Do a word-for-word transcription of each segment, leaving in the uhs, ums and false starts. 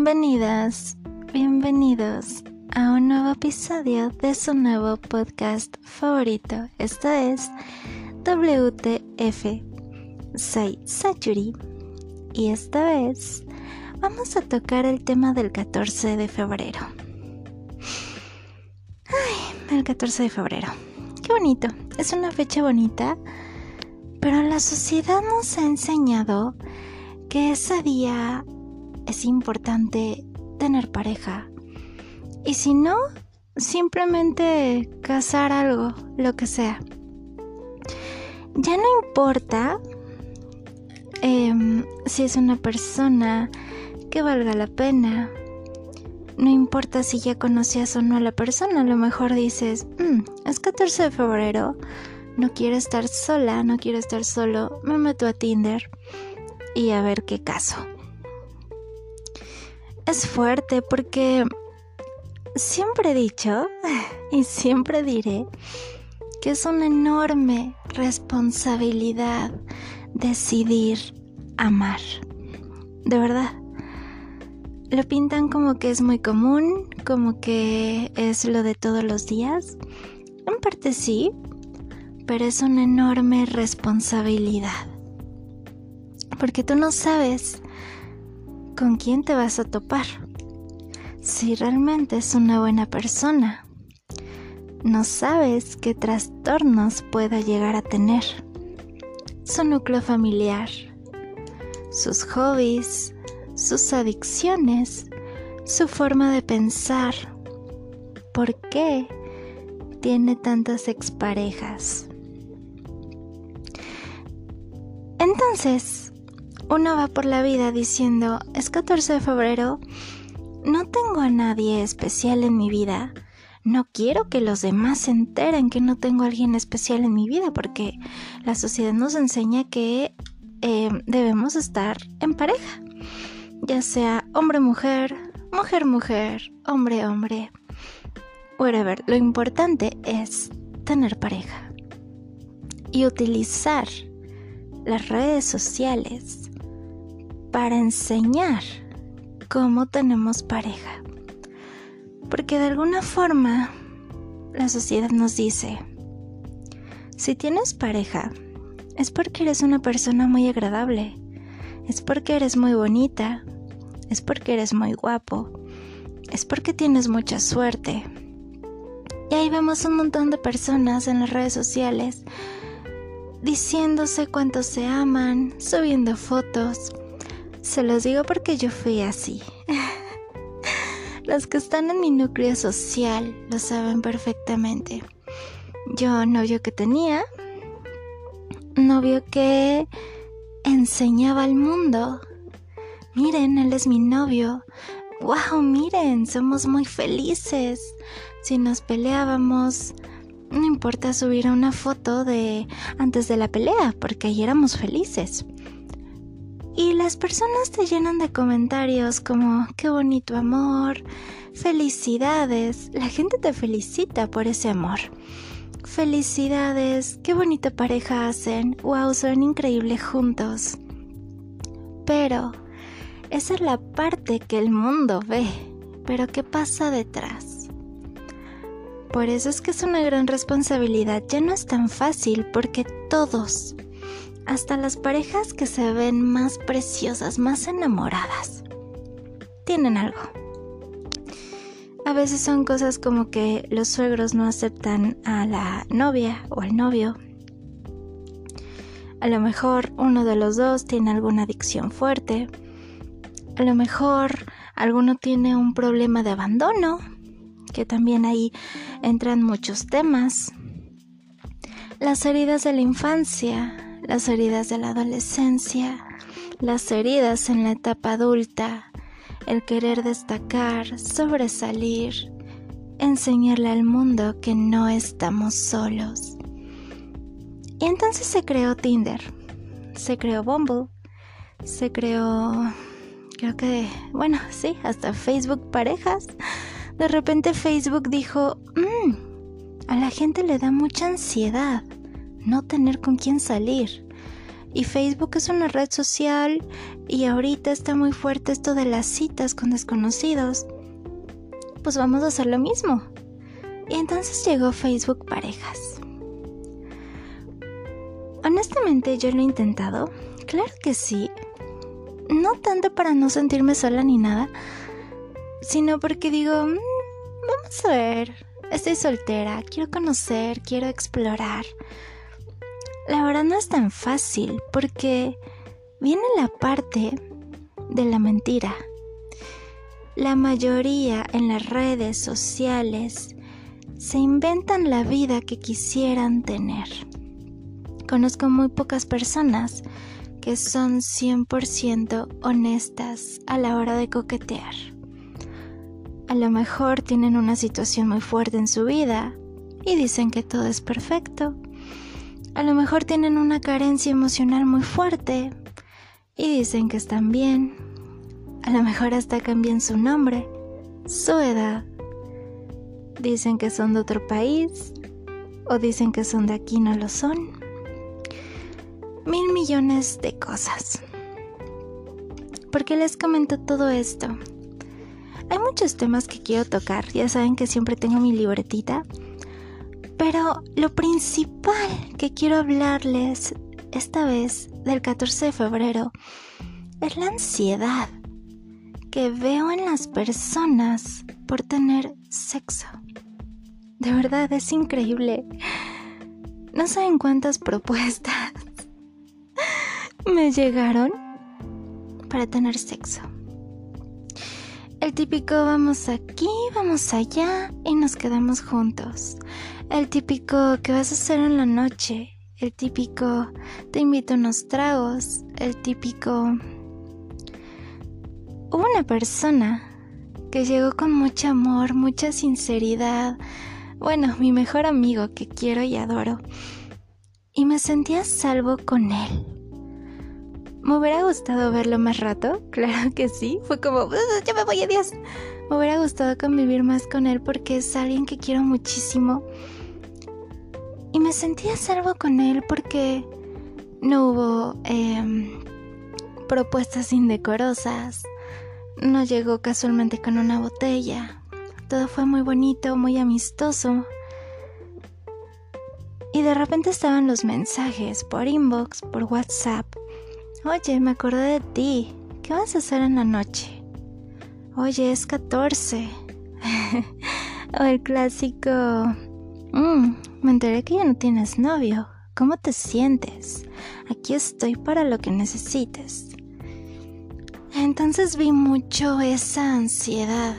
Bienvenidas, bienvenidos a un nuevo episodio de su nuevo podcast favorito. Esto es W T F. Soy Sayuri y esta vez vamos a tocar el tema del catorce de febrero. Ay, el catorce de febrero. Qué bonito. Es una fecha bonita, pero la sociedad nos ha enseñado que ese día es importante tener pareja. Y si no, simplemente casar algo, lo que sea. Ya no importa eh, si es una persona que valga la pena. No importa si ya conocías o no a la persona. A lo mejor dices, mmm, es catorce de febrero, no quiero estar sola, no quiero estar solo, me meto a Tinder y a ver qué caso. Es fuerte porque siempre he dicho y siempre diré que es una enorme responsabilidad decidir amar. De verdad. Lo pintan como que es muy común, como que es lo de todos los días. En parte sí, pero es una enorme responsabilidad. Porque tú no sabes con quién te vas a topar, si realmente es una buena persona. No sabes qué trastornos pueda llegar a tener, su núcleo familiar, sus hobbies, sus adicciones, su forma de pensar, por qué tiene tantas exparejas. Entonces, uno va por la vida diciendo, es catorce de febrero, no tengo a nadie especial en mi vida, no quiero que los demás se enteren que no tengo a alguien especial en mi vida, porque la sociedad nos enseña que eh, debemos estar en pareja, ya sea hombre-mujer, mujer-mujer, hombre-hombre, whatever. Lo importante es tener pareja y utilizar las redes sociales para enseñar cómo tenemos pareja. Porque de alguna forma la sociedad nos dice, si tienes pareja es porque eres una persona muy agradable, es porque eres muy bonita, es porque eres muy guapo, es porque tienes mucha suerte. Y ahí vemos un montón de personas en las redes sociales diciéndose cuánto se aman, subiendo fotos. Se los digo porque yo fui así. Los que están en mi núcleo social lo saben perfectamente. Yo, novio que tenía, novio que enseñaba al mundo. Miren, él es mi novio. Wow, miren, somos muy felices. Si nos peleábamos, no importa subir una foto de antes de la pelea, porque ahí éramos felices. Y las personas te llenan de comentarios como, qué bonito amor, felicidades. La gente te felicita por ese amor. Felicidades, qué bonita pareja hacen. Wow, son increíbles juntos. Pero esa es la parte que el mundo ve. Pero ¿qué pasa detrás? Por eso es que es una gran responsabilidad. Ya no es tan fácil porque todos, hasta las parejas que se ven más preciosas, más enamoradas, tienen algo. A veces son cosas como que los suegros no aceptan a la novia o al novio. A lo mejor uno de los dos tiene alguna adicción fuerte. A lo mejor alguno tiene un problema de abandono, que también ahí entran muchos temas. Las heridas de la infancia, las heridas de la adolescencia, las heridas en la etapa adulta, el querer destacar, sobresalir, enseñarle al mundo que no estamos solos. Y entonces se creó Tinder, se creó Bumble, se creó, creo que, bueno, sí, hasta Facebook Parejas. De repente Facebook dijo, mmm, a la gente le da mucha ansiedad no tener con quién salir. y Facebook es una red social y ahorita está muy fuerte esto de las citas con desconocidos, pues vamos a hacer lo mismo. Y entonces llegó Facebook Parejas. Honestamente yo lo he intentado, claro que sí, no tanto para no sentirme sola ni nada, sino porque digo, mmm, vamos a ver, estoy soltera, quiero conocer, quiero explorar. La verdad no es tan fácil porque viene la parte de la mentira. La mayoría en las redes sociales se inventan la vida que quisieran tener. Conozco muy pocas personas que son cien por ciento honestas a la hora de coquetear. A lo mejor tienen una situación muy fuerte en su vida y dicen que todo es perfecto. A lo mejor tienen una carencia emocional muy fuerte y dicen que están bien. A lo mejor hasta cambian su nombre, su edad. Dicen que son de otro país o dicen que son de aquí y no lo son. Mil millones de cosas. ¿Por qué les comento todo esto? Hay muchos temas que quiero tocar, ya saben que siempre tengo mi libretita. Pero lo principal que quiero hablarles esta vez del catorce de febrero es la ansiedad que veo en las personas por tener sexo. De verdad, es increíble. No saben cuántas propuestas me llegaron para tener sexo. El típico vamos aquí, vamos allá y nos quedamos juntos. El típico ¿qué vas a hacer en la noche? El típico te invito a unos tragos. El típico... Hubo una persona que llegó con mucho amor, mucha sinceridad. Bueno, mi mejor amigo que quiero y adoro. Y me sentía a salvo con él. ¿Me hubiera gustado verlo más rato? Claro que sí. Fue como, ya me voy, adiós. Me hubiera gustado convivir más con él porque es alguien que quiero muchísimo. Y me sentí a salvo con él porque no hubo eh, propuestas indecorosas. No llegó casualmente con una botella. Todo fue muy bonito, muy amistoso. Y de repente estaban los mensajes por inbox, por WhatsApp. Oye, me acordé de ti. ¿Qué vas a hacer en la noche? Oye, es catorce. O el clásico... Mm, me enteré que ya no tienes novio. ¿Cómo te sientes? Aquí estoy para lo que necesites. Entonces vi mucho esa ansiedad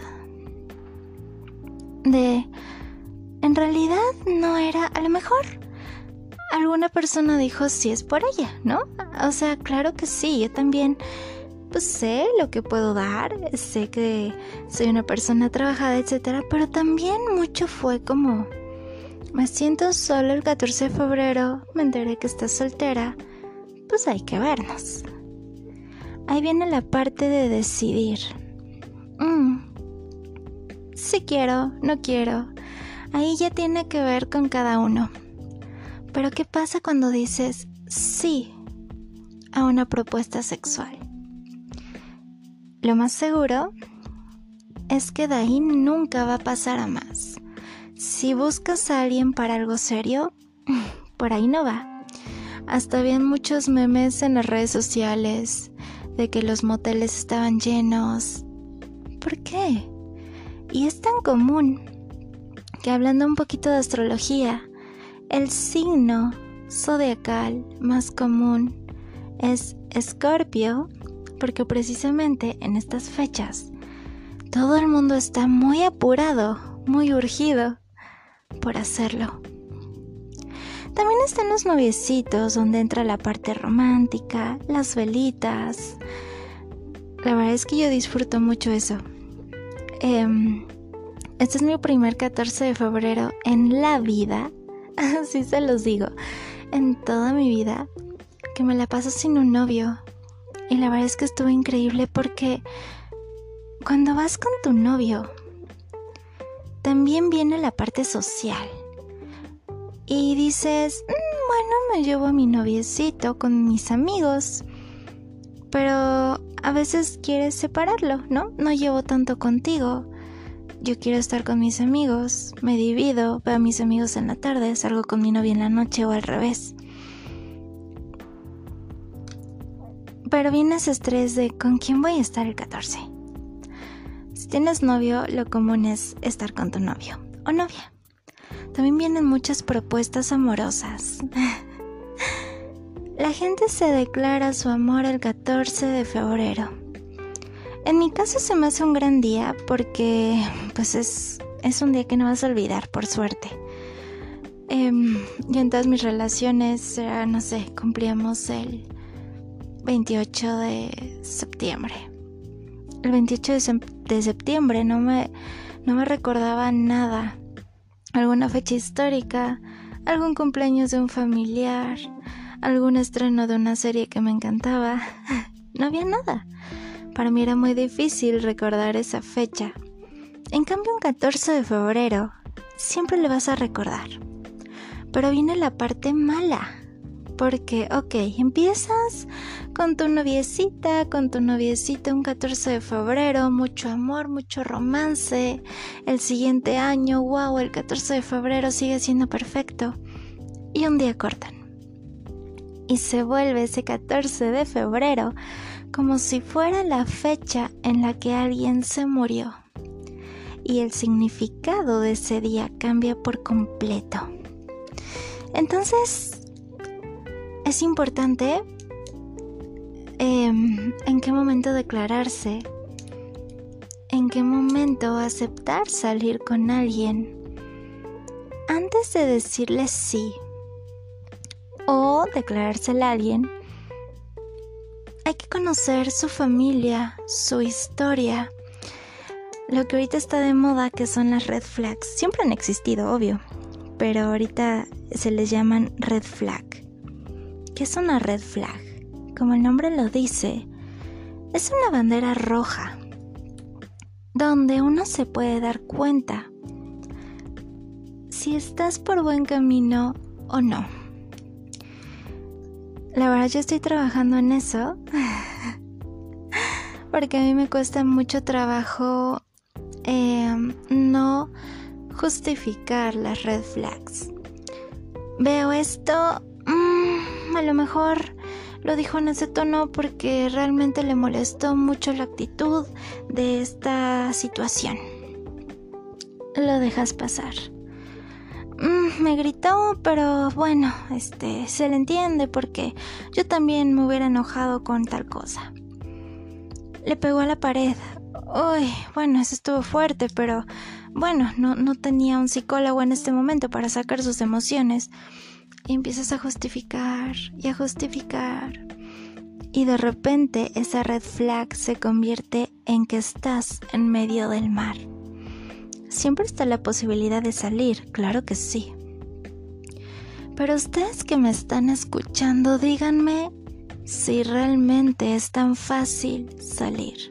de... En realidad no era... A lo mejor alguna persona dijo sí es por ella, ¿no? O sea, claro que sí. Yo también pues sé lo que puedo dar. Sé que soy una persona trabajada, etcétera. Pero también mucho fue como... Me siento solo el catorce de febrero, me enteré que estás soltera, pues hay que vernos. Ahí viene la parte de decidir. Mm, si quiero, no quiero. Ahí ya tiene que ver con cada uno. Pero ¿qué pasa cuando dices sí a una propuesta sexual? Lo más seguro es que de ahí nunca va a pasar a más. Si buscas a alguien para algo serio, por ahí no va. Hasta habían muchos memes en las redes sociales de que los moteles estaban llenos. ¿Por qué? Y es tan común que, hablando un poquito de astrología, el signo zodiacal más común es Escorpio, porque precisamente en estas fechas todo el mundo está muy apurado, muy urgido por hacerlo. También están los noviecitos, donde entra la parte romántica, las velitas. La verdad es que yo disfruto mucho eso. Eh, este es mi primer catorce de febrero en la vida, así se los digo, en toda mi vida, que me la paso sin un novio. Y la verdad es que estuvo increíble porque cuando vas con tu novio, también viene la parte social. Y dices, mmm, bueno, me llevo a mi noviecito con mis amigos, pero a veces quieres separarlo, ¿no? No llevo tanto contigo. Yo quiero estar con mis amigos, me divido, veo a mis amigos en la tarde, salgo con mi novia en la noche o al revés. Pero viene ese estrés de ¿con quién voy a estar el catorce? Si tienes novio, lo común es estar con tu novio o novia. También vienen muchas propuestas amorosas. La gente se declara su amor el catorce de febrero. En mi caso se me hace un gran día porque pues es, es un día que no vas a olvidar, por suerte. Eh, y en todas mis relaciones, era, no sé, cumplíamos el veintiocho de septiembre. El veintiocho de, se- de septiembre no me, no me recordaba nada. Alguna fecha histórica, algún cumpleaños de un familiar, algún estreno de una serie que me encantaba. No había nada. Para mí era muy difícil recordar esa fecha. En cambio, un catorce de febrero siempre le vas a recordar. Pero viene la parte mala. Porque, ok, empiezas con tu noviecita, con tu noviecito un catorce de febrero, mucho amor, mucho romance. El siguiente año, wow, el catorce de febrero sigue siendo perfecto. Y un día cortan. Y se vuelve ese catorce de febrero como si fuera la fecha en la que alguien se murió. Y el significado de ese día cambia por completo. Entonces, es importante eh, en qué momento declararse, en qué momento aceptar salir con alguien antes de decirle sí o declarárselo a alguien. Hay que conocer su familia, su historia, lo que ahorita está de moda, que son las red flags. Siempre han existido, obvio, pero ahorita se les llaman red flag. ¿Qué es una red flag? Como el nombre lo dice, es una bandera roja donde uno se puede dar cuenta si estás por buen camino o no. La verdad, yo estoy trabajando en eso porque a mí me cuesta mucho trabajo eh, no justificar las red flags. Veo esto, mmm, a lo mejor lo dijo en ese tono porque realmente le molestó mucho la actitud de esta situación. Lo dejas pasar. Mm, me gritó, pero bueno, este, se le entiende porque yo también me hubiera enojado con tal cosa. Le pegó a la pared. Uy, bueno, eso estuvo fuerte, pero bueno, no, no tenía un psicólogo en este momento para sacar sus emociones. Y empiezas a justificar y a justificar. Y de repente esa red flag se convierte en que estás en medio del mar. Siempre está la posibilidad de salir, claro que sí. Pero ustedes que me están escuchando, díganme si realmente es tan fácil salir.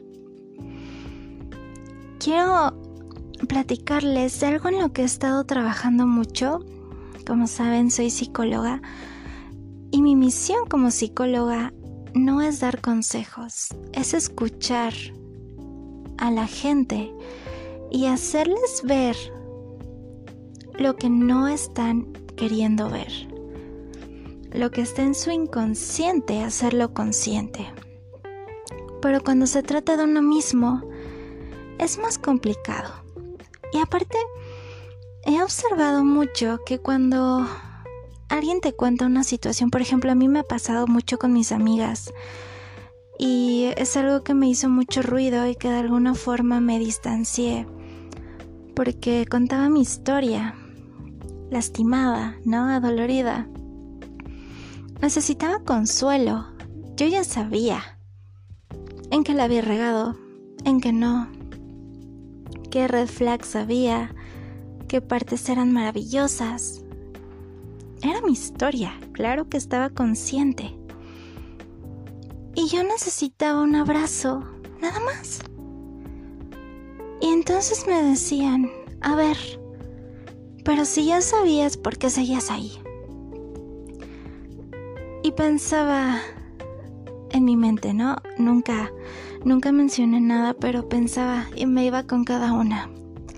Quiero platicarles de algo en lo que he estado trabajando mucho. Como saben, soy psicóloga y mi misión como psicóloga no es dar consejos, es escuchar a la gente y hacerles ver lo que no están queriendo ver, lo que está en su inconsciente, hacerlo consciente. Pero cuando se trata de uno mismo, es más complicado. Y aparte, he observado mucho que cuando alguien te cuenta una situación, por ejemplo, a mí me ha pasado mucho con mis amigas, y es algo que me hizo mucho ruido y que de alguna forma me distancié, porque contaba mi historia, lastimada, ¿no? Adolorida. Necesitaba consuelo. Yo ya sabía en qué la había regado, en qué no, qué red flags había, qué partes eran maravillosas. Era mi historia, claro que estaba consciente. Y yo necesitaba un abrazo, nada más. Y entonces me decían, a ver, pero si ya sabías, ¿por qué seguías ahí? Y pensaba en mi mente, ¿no? Nunca, nunca mencioné nada, pero pensaba y me iba con cada una.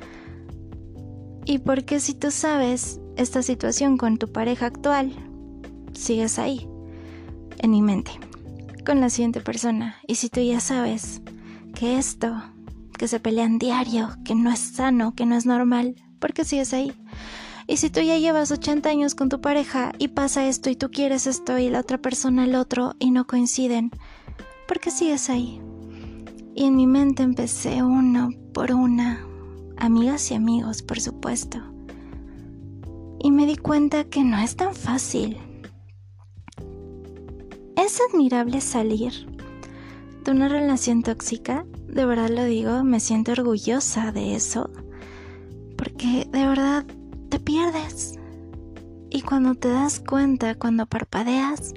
¿Y por qué si tú sabes esta situación con tu pareja actual, sigues ahí, en mi mente, con la siguiente persona? Y si tú ya sabes que esto, que se pelean diario, que no es sano, que no es normal, ¿por qué sigues ahí? Y si tú ya llevas ochenta años con tu pareja y pasa esto y tú quieres esto y la otra persona el otro y no coinciden, ¿por qué sigues ahí? Y en mi mente empecé uno por una, amigas y amigos, por supuesto. Y me di cuenta que no es tan fácil. Es admirable salir de una relación tóxica, de verdad lo digo, me siento orgullosa de eso, porque de verdad te pierdes. Y cuando te das cuenta, cuando parpadeas,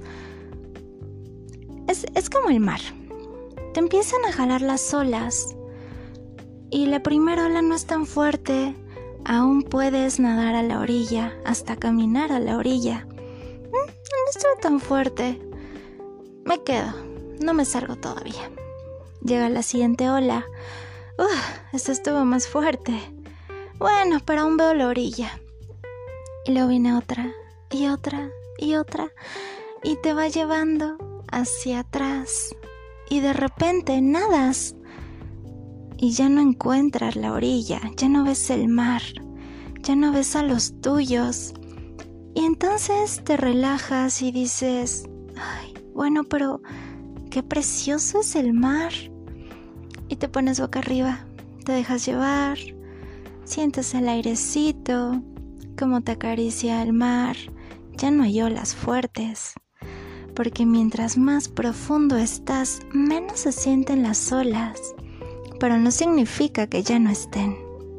es, es como el mar. Te empiezan a jalar las olas y la primera ola no es tan fuerte. Aún puedes nadar a la orilla, hasta caminar a la orilla. No estuvo tan fuerte. Me quedo, no me salgo todavía. Llega la siguiente ola. Uf, esta estuvo más fuerte. Bueno, pero aún veo la orilla. Y luego viene otra, y otra, y otra. Y te va llevando hacia atrás. Y de repente nadas. Y ya no encuentras la orilla, ya no ves el mar, ya no ves a los tuyos. Y entonces te relajas y dices, ay, bueno, pero qué precioso es el mar. Y te pones boca arriba, te dejas llevar, sientes el airecito, cómo te acaricia el mar. Ya no hay olas fuertes, porque mientras más profundo estás, menos se sienten las olas. Pero no significa que ya no estén.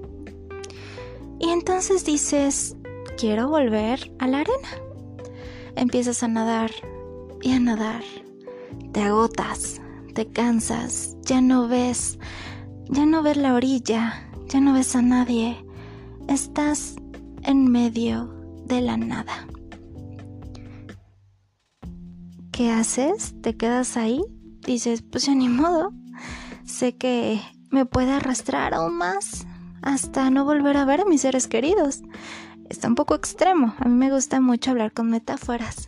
Y entonces dices, quiero volver a la arena. Empiezas a nadar y a nadar. Te agotas, te cansas, ya no ves, ya no ves la orilla, ya no ves a nadie. Estás en medio de la nada. ¿Qué haces? ¿Te quedas ahí? Dices, pues ya ni modo. Sé que me puede arrastrar aún más hasta no volver a ver a mis seres queridos. Está un poco extremo. A mí me gusta mucho hablar con metáforas.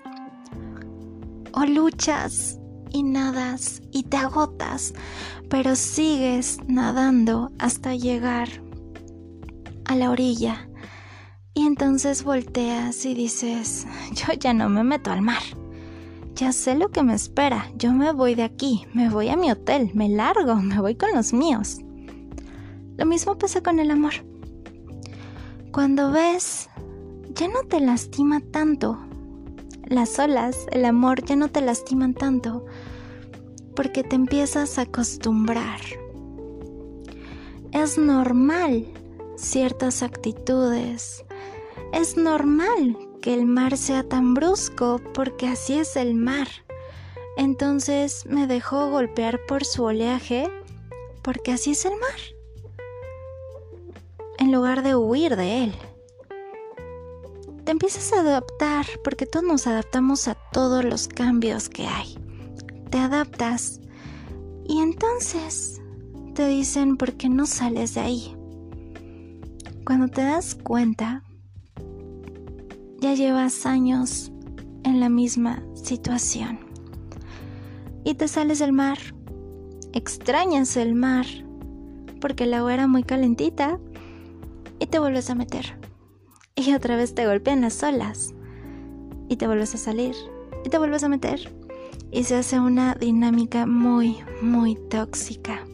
O luchas y nadas y te agotas, pero sigues nadando hasta llegar a la orilla. Y entonces volteas y dices, yo ya no me meto al mar. Ya sé lo que me espera, yo me voy de aquí, me voy a mi hotel, me largo, me voy con los míos. Lo mismo pasa con el amor. Cuando ves, ya no te lastima tanto. Las olas, el amor ya no te lastiman tanto, porque te empiezas a acostumbrar. Es normal ciertas actitudes, es normal que el mar sea tan brusco, porque así es el mar. Entonces me dejó golpear por su oleaje, porque así es el mar, en lugar de huir de él. Te empiezas a adaptar, porque todos nos adaptamos a todos los cambios que hay. Te adaptas y entonces te dicen, ¿por qué no sales de ahí? Cuando te das cuenta, ya llevas años en la misma situación y te sales del mar, extrañas el mar porque el agua era muy calentita y te vuelves a meter y otra vez te golpean las olas y te vuelves a salir y te vuelves a meter y se hace una dinámica muy, muy tóxica.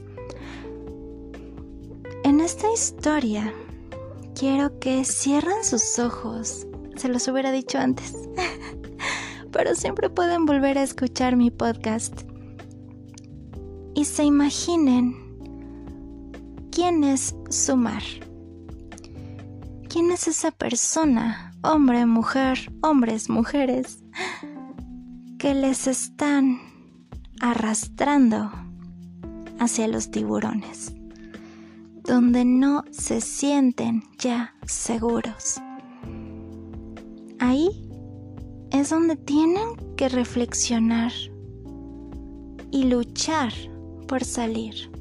En esta historia quiero que cierren sus ojos. Se los hubiera dicho antes, pero siempre pueden volver a escuchar mi podcast y se imaginen quién es su mar. ¿Quién es esa persona, hombre, mujer, hombres, mujeres, que les están arrastrando hacia los tiburones, donde no se sienten ya seguros? Ahí es donde tienen que reflexionar y luchar por salir.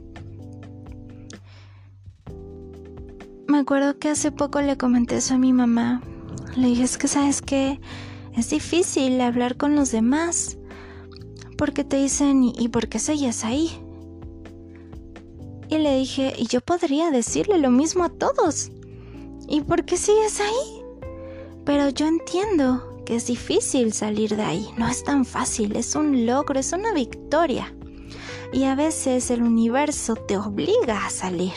Me acuerdo que hace poco le comenté eso a mi mamá. Le dije, es que sabes que es difícil hablar con los demás, porque te dicen, ¿y por qué seguías ahí? Y le dije, y yo podría decirle lo mismo a todos. ¿Y por qué sigues ahí? Pero yo entiendo que es difícil salir de ahí. No es tan fácil, es un logro, es una victoria. Y a veces el universo te obliga a salir.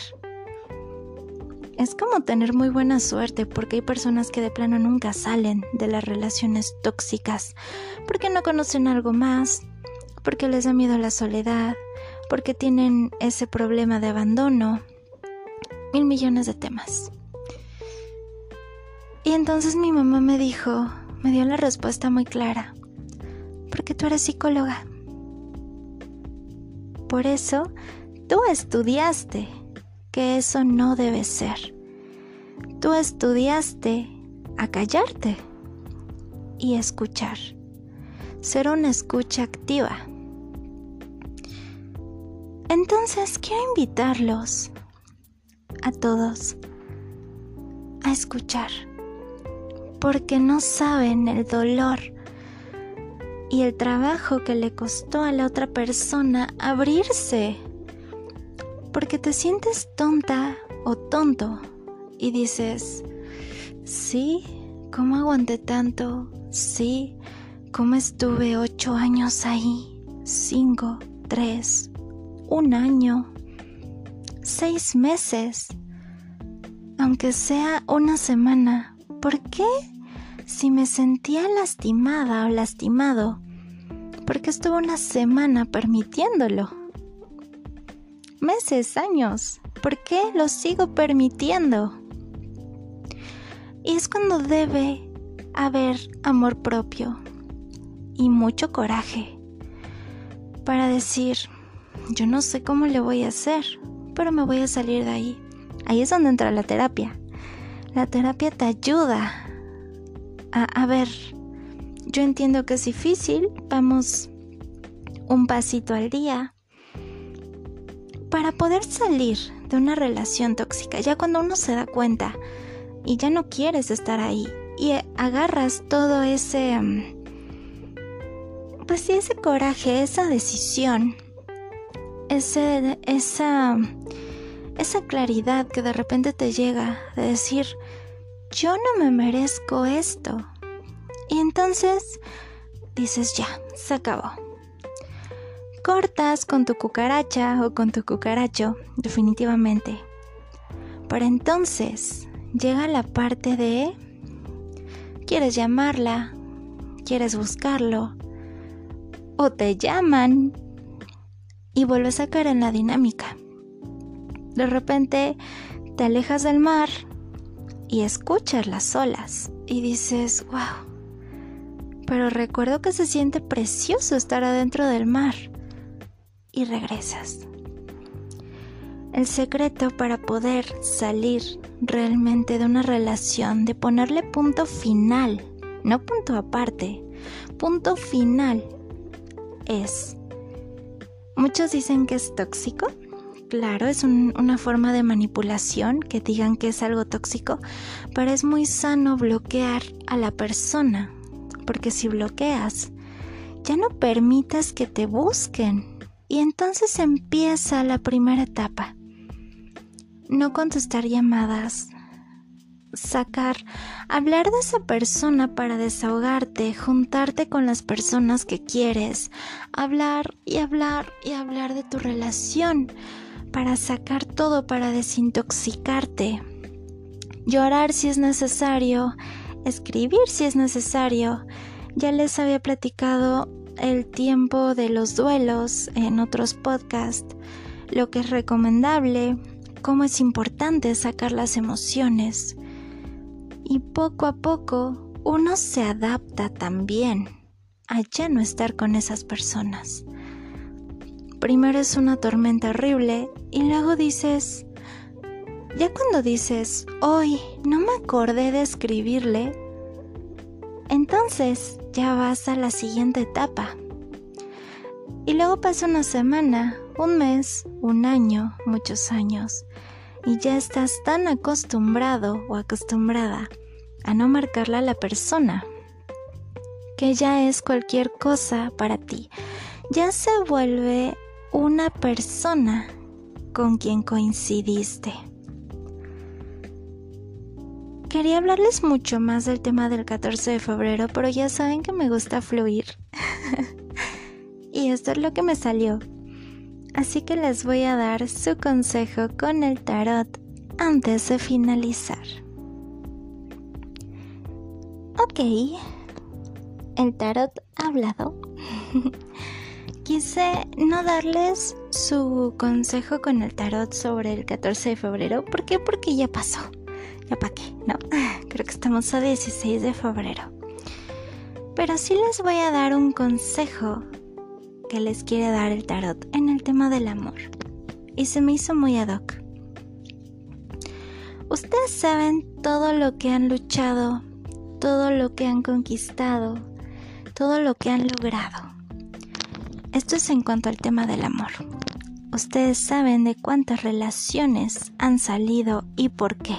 Es como tener muy buena suerte, porque hay personas que de plano nunca salen de las relaciones tóxicas, porque no conocen algo más, porque les da miedo la soledad, porque tienen ese problema de abandono, mil millones de temas. Y entonces mi mamá me dijo, me dio la respuesta muy clara, porque tú eres psicóloga. Por eso tú estudiaste que eso no debe ser. Tú estudiaste a callarte y escuchar. Ser una escucha activa. Entonces quiero invitarlos a todos a escuchar, porque no saben el dolor y el trabajo que le costó a la otra persona abrirse, porque te sientes tonta o tonto y dices, sí, ¿cómo aguanté tanto? Sí, ¿cómo estuve ocho años ahí? Cinco, tres, un año, seis meses, aunque sea una semana. ¿Por qué? Si me sentía lastimada o lastimado, ¿por qué estuve una semana permitiéndolo? Meses, años, ¿por qué lo sigo permitiendo? Y es cuando debe haber amor propio y mucho coraje para decir, yo no sé cómo le voy a hacer, pero me voy a salir de ahí. Ahí es donde entra la terapia. La terapia te ayuda a, a ver, yo entiendo que es difícil, vamos un pasito al día, para poder salir de una relación tóxica. Ya cuando uno se da cuenta y ya no quieres estar ahí y agarras todo ese, pues sí, ese coraje, esa decisión, ese, esa, esa claridad que de repente te llega de decir, yo no me merezco esto. Y entonces dices, ya, se acabó. Cortas con tu cucaracha o con tu cucaracho, definitivamente. Pero entonces llega la parte de quieres llamarla, quieres buscarlo, o te llaman y vuelves a caer en la dinámica. De repente te alejas del mar y escuchas las olas y dices, wow, pero recuerdo que se siente precioso estar adentro del mar. Y regresas. El secreto para poder salir realmente de una relación, de ponerle punto final, no punto aparte, punto final, es, muchos dicen que es tóxico. Claro, es un, una forma de manipulación que digan que es algo tóxico, pero es muy sano bloquear a la persona, porque si bloqueas, ya no permitas que te busquen. Y entonces empieza la primera etapa. No contestar llamadas, sacar, hablar de esa persona para desahogarte, juntarte con las personas que quieres, hablar y hablar y hablar de tu relación para sacar todo, para desintoxicarte, llorar si es necesario, escribir si es necesario. Ya les había platicado el tiempo de los duelos en otros podcasts, lo que es recomendable, cómo es importante sacar las emociones. Y poco a poco uno se adapta también a ya no estar con esas personas. Primero es una tormenta horrible y luego dices, ya cuando dices, hoy no me acordé de escribirle, entonces ya vas a la siguiente etapa. Y luego pasa una semana, un mes, un año, muchos años, y ya estás tan acostumbrado o acostumbrada a no marcarla a la persona, que ya es cualquier cosa para ti. Ya se vuelve una persona con quien coincidiste. Quería hablarles mucho más del tema del catorce de febrero, pero ya saben que me gusta fluir. Y esto es lo que me salió. Así que les voy a dar su consejo con el tarot antes de finalizar. Ok, el tarot ha hablado. Quise no darles su consejo con el tarot sobre el catorce de febrero. ¿Por qué? Porque ya pasó. ¿Ya para qué? No, creo que estamos a dieciséis de febrero. Pero sí les voy a dar un consejo que les quiere dar el tarot en el tema del amor. Y se me hizo muy ad hoc. Ustedes saben todo lo que han luchado, todo lo que han conquistado, todo lo que han logrado. Esto es en cuanto al tema del amor. Ustedes saben de cuántas relaciones han salido y por qué.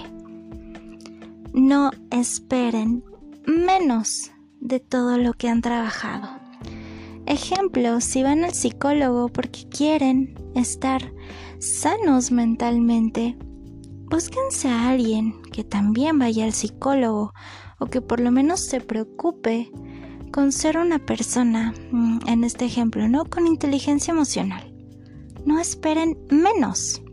No esperen menos de todo lo que han trabajado. Ejemplo, si van al psicólogo porque quieren estar sanos mentalmente, búsquense a alguien que también vaya al psicólogo o que por lo menos se preocupe con ser una persona, en este ejemplo, ¿no? Con inteligencia emocional. No esperen menos.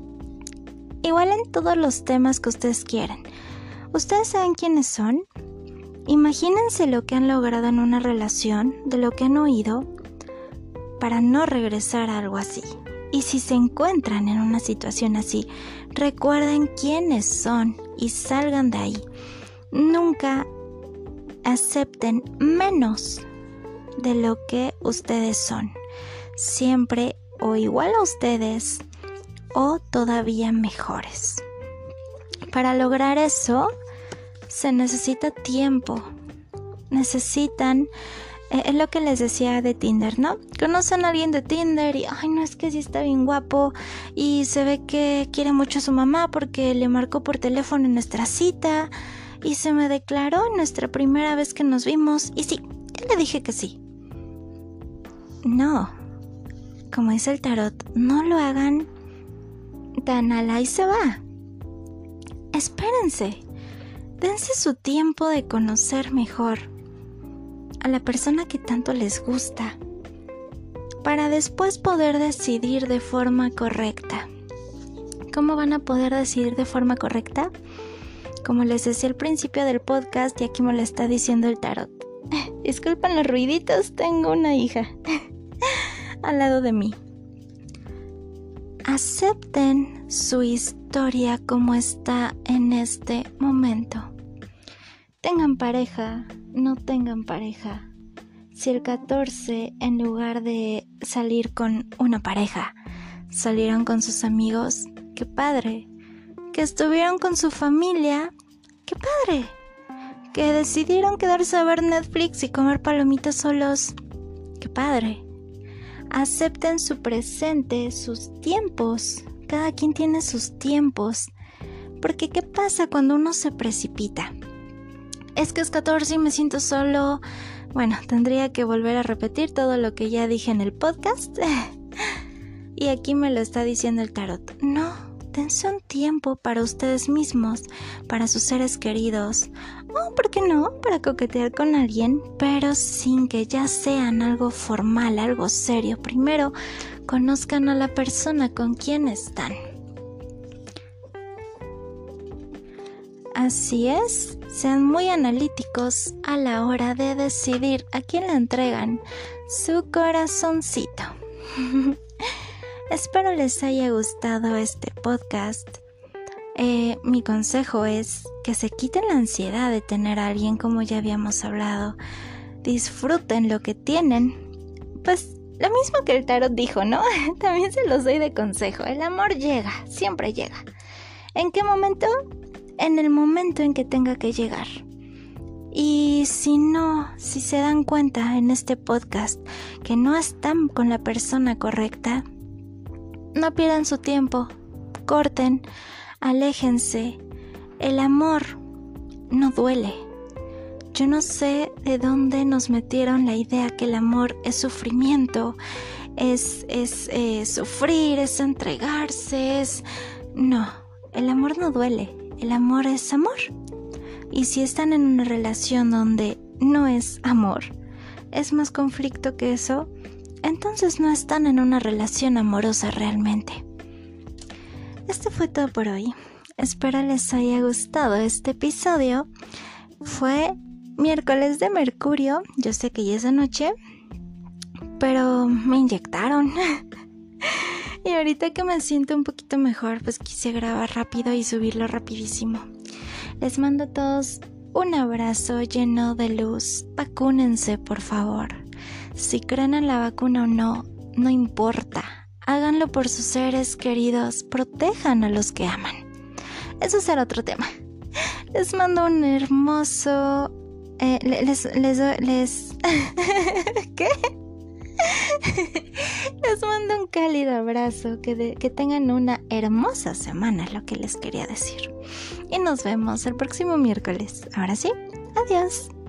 Igual en todos los temas que ustedes quieren. ¿Ustedes saben quiénes son? Imagínense lo que han logrado en una relación, de lo que han oído, para no regresar a algo así. Y si se encuentran en una situación así, recuerden quiénes son y salgan de ahí. Nunca acepten menos de lo que ustedes son. Siempre o igual a ustedes o todavía mejores. Para lograr eso se necesita tiempo. Necesitan, eh, es lo que les decía de Tinder, ¿no? Conocen a alguien de Tinder y, ay, no, es que sí está bien guapo y se ve que quiere mucho a su mamá porque le marcó por teléfono en nuestra cita y se me declaró en nuestra primera vez que nos vimos y sí, yo le dije que sí. No, como dice el tarot, no lo hagan tan al ahí se va. Espérense. Dense su tiempo de conocer mejor a la persona que tanto les gusta, para después poder decidir de forma correcta. ¿Cómo van a poder decidir de forma correcta? Como les decía al principio del podcast y aquí me lo está diciendo el tarot. Disculpen los ruiditos, tengo una hija al lado de mí. Acepten su historia como está en este momento. Tengan pareja, no tengan pareja. Si el catorce, en lugar de salir con una pareja, salieron con sus amigos, ¡qué padre! Que estuvieron con su familia, ¡qué padre! Que decidieron quedarse a ver Netflix y comer palomitas solos, ¡qué padre! Acepten su presente, sus tiempos. Cada quien tiene sus tiempos. Porque ¿qué pasa cuando uno se precipita? Es que es catorce y me siento solo. Bueno, tendría que volver a repetir todo lo que ya dije en el podcast. Y aquí me lo está diciendo el tarot. No, dense un tiempo para ustedes mismos, para sus seres queridos. O, ¿por qué no? Para coquetear con alguien, pero sin que ya sean algo formal, algo serio. Primero, conozcan a la persona con quien están. Así es, sean muy analíticos a la hora de decidir a quién le entregan su corazoncito. Espero les haya gustado este podcast. Eh, mi consejo es que se quiten la ansiedad de tener a alguien, como ya habíamos hablado. Disfruten lo que tienen. Pues lo mismo que el tarot dijo, ¿no? También se los doy de consejo. El amor llega, siempre llega. ¿En qué momento? En el momento en que tenga que llegar. Y si no, si se dan cuenta en este podcast que no están con la persona correcta, no pierdan su tiempo, corten, aléjense. El amor no duele. Yo no sé de dónde nos metieron la idea que el amor es sufrimiento, es, es eh, sufrir, es entregarse, es... No, el amor no duele, el amor es amor. Y si están en una relación donde no es amor, es más conflicto que eso, entonces no están en una relación amorosa realmente. Esto fue todo por hoy. Espero les haya gustado este episodio. Fue miércoles de Mercurio. Yo sé que ya es de noche, pero me inyectaron. Y ahorita que me siento un poquito mejor, pues quise grabar rápido y subirlo rapidísimo. Les mando a todos un abrazo lleno de luz. Vacúnense, por favor. Si creen en la vacuna o no, no importa. Háganlo por sus seres queridos. Protejan a los que aman. Eso será otro tema. Les mando un hermoso... Eh, les... Les... les ¿Qué? Les mando un cálido abrazo, que, de, que tengan una hermosa semana, es lo que les quería decir. Y nos vemos el próximo miércoles. Ahora sí, adiós.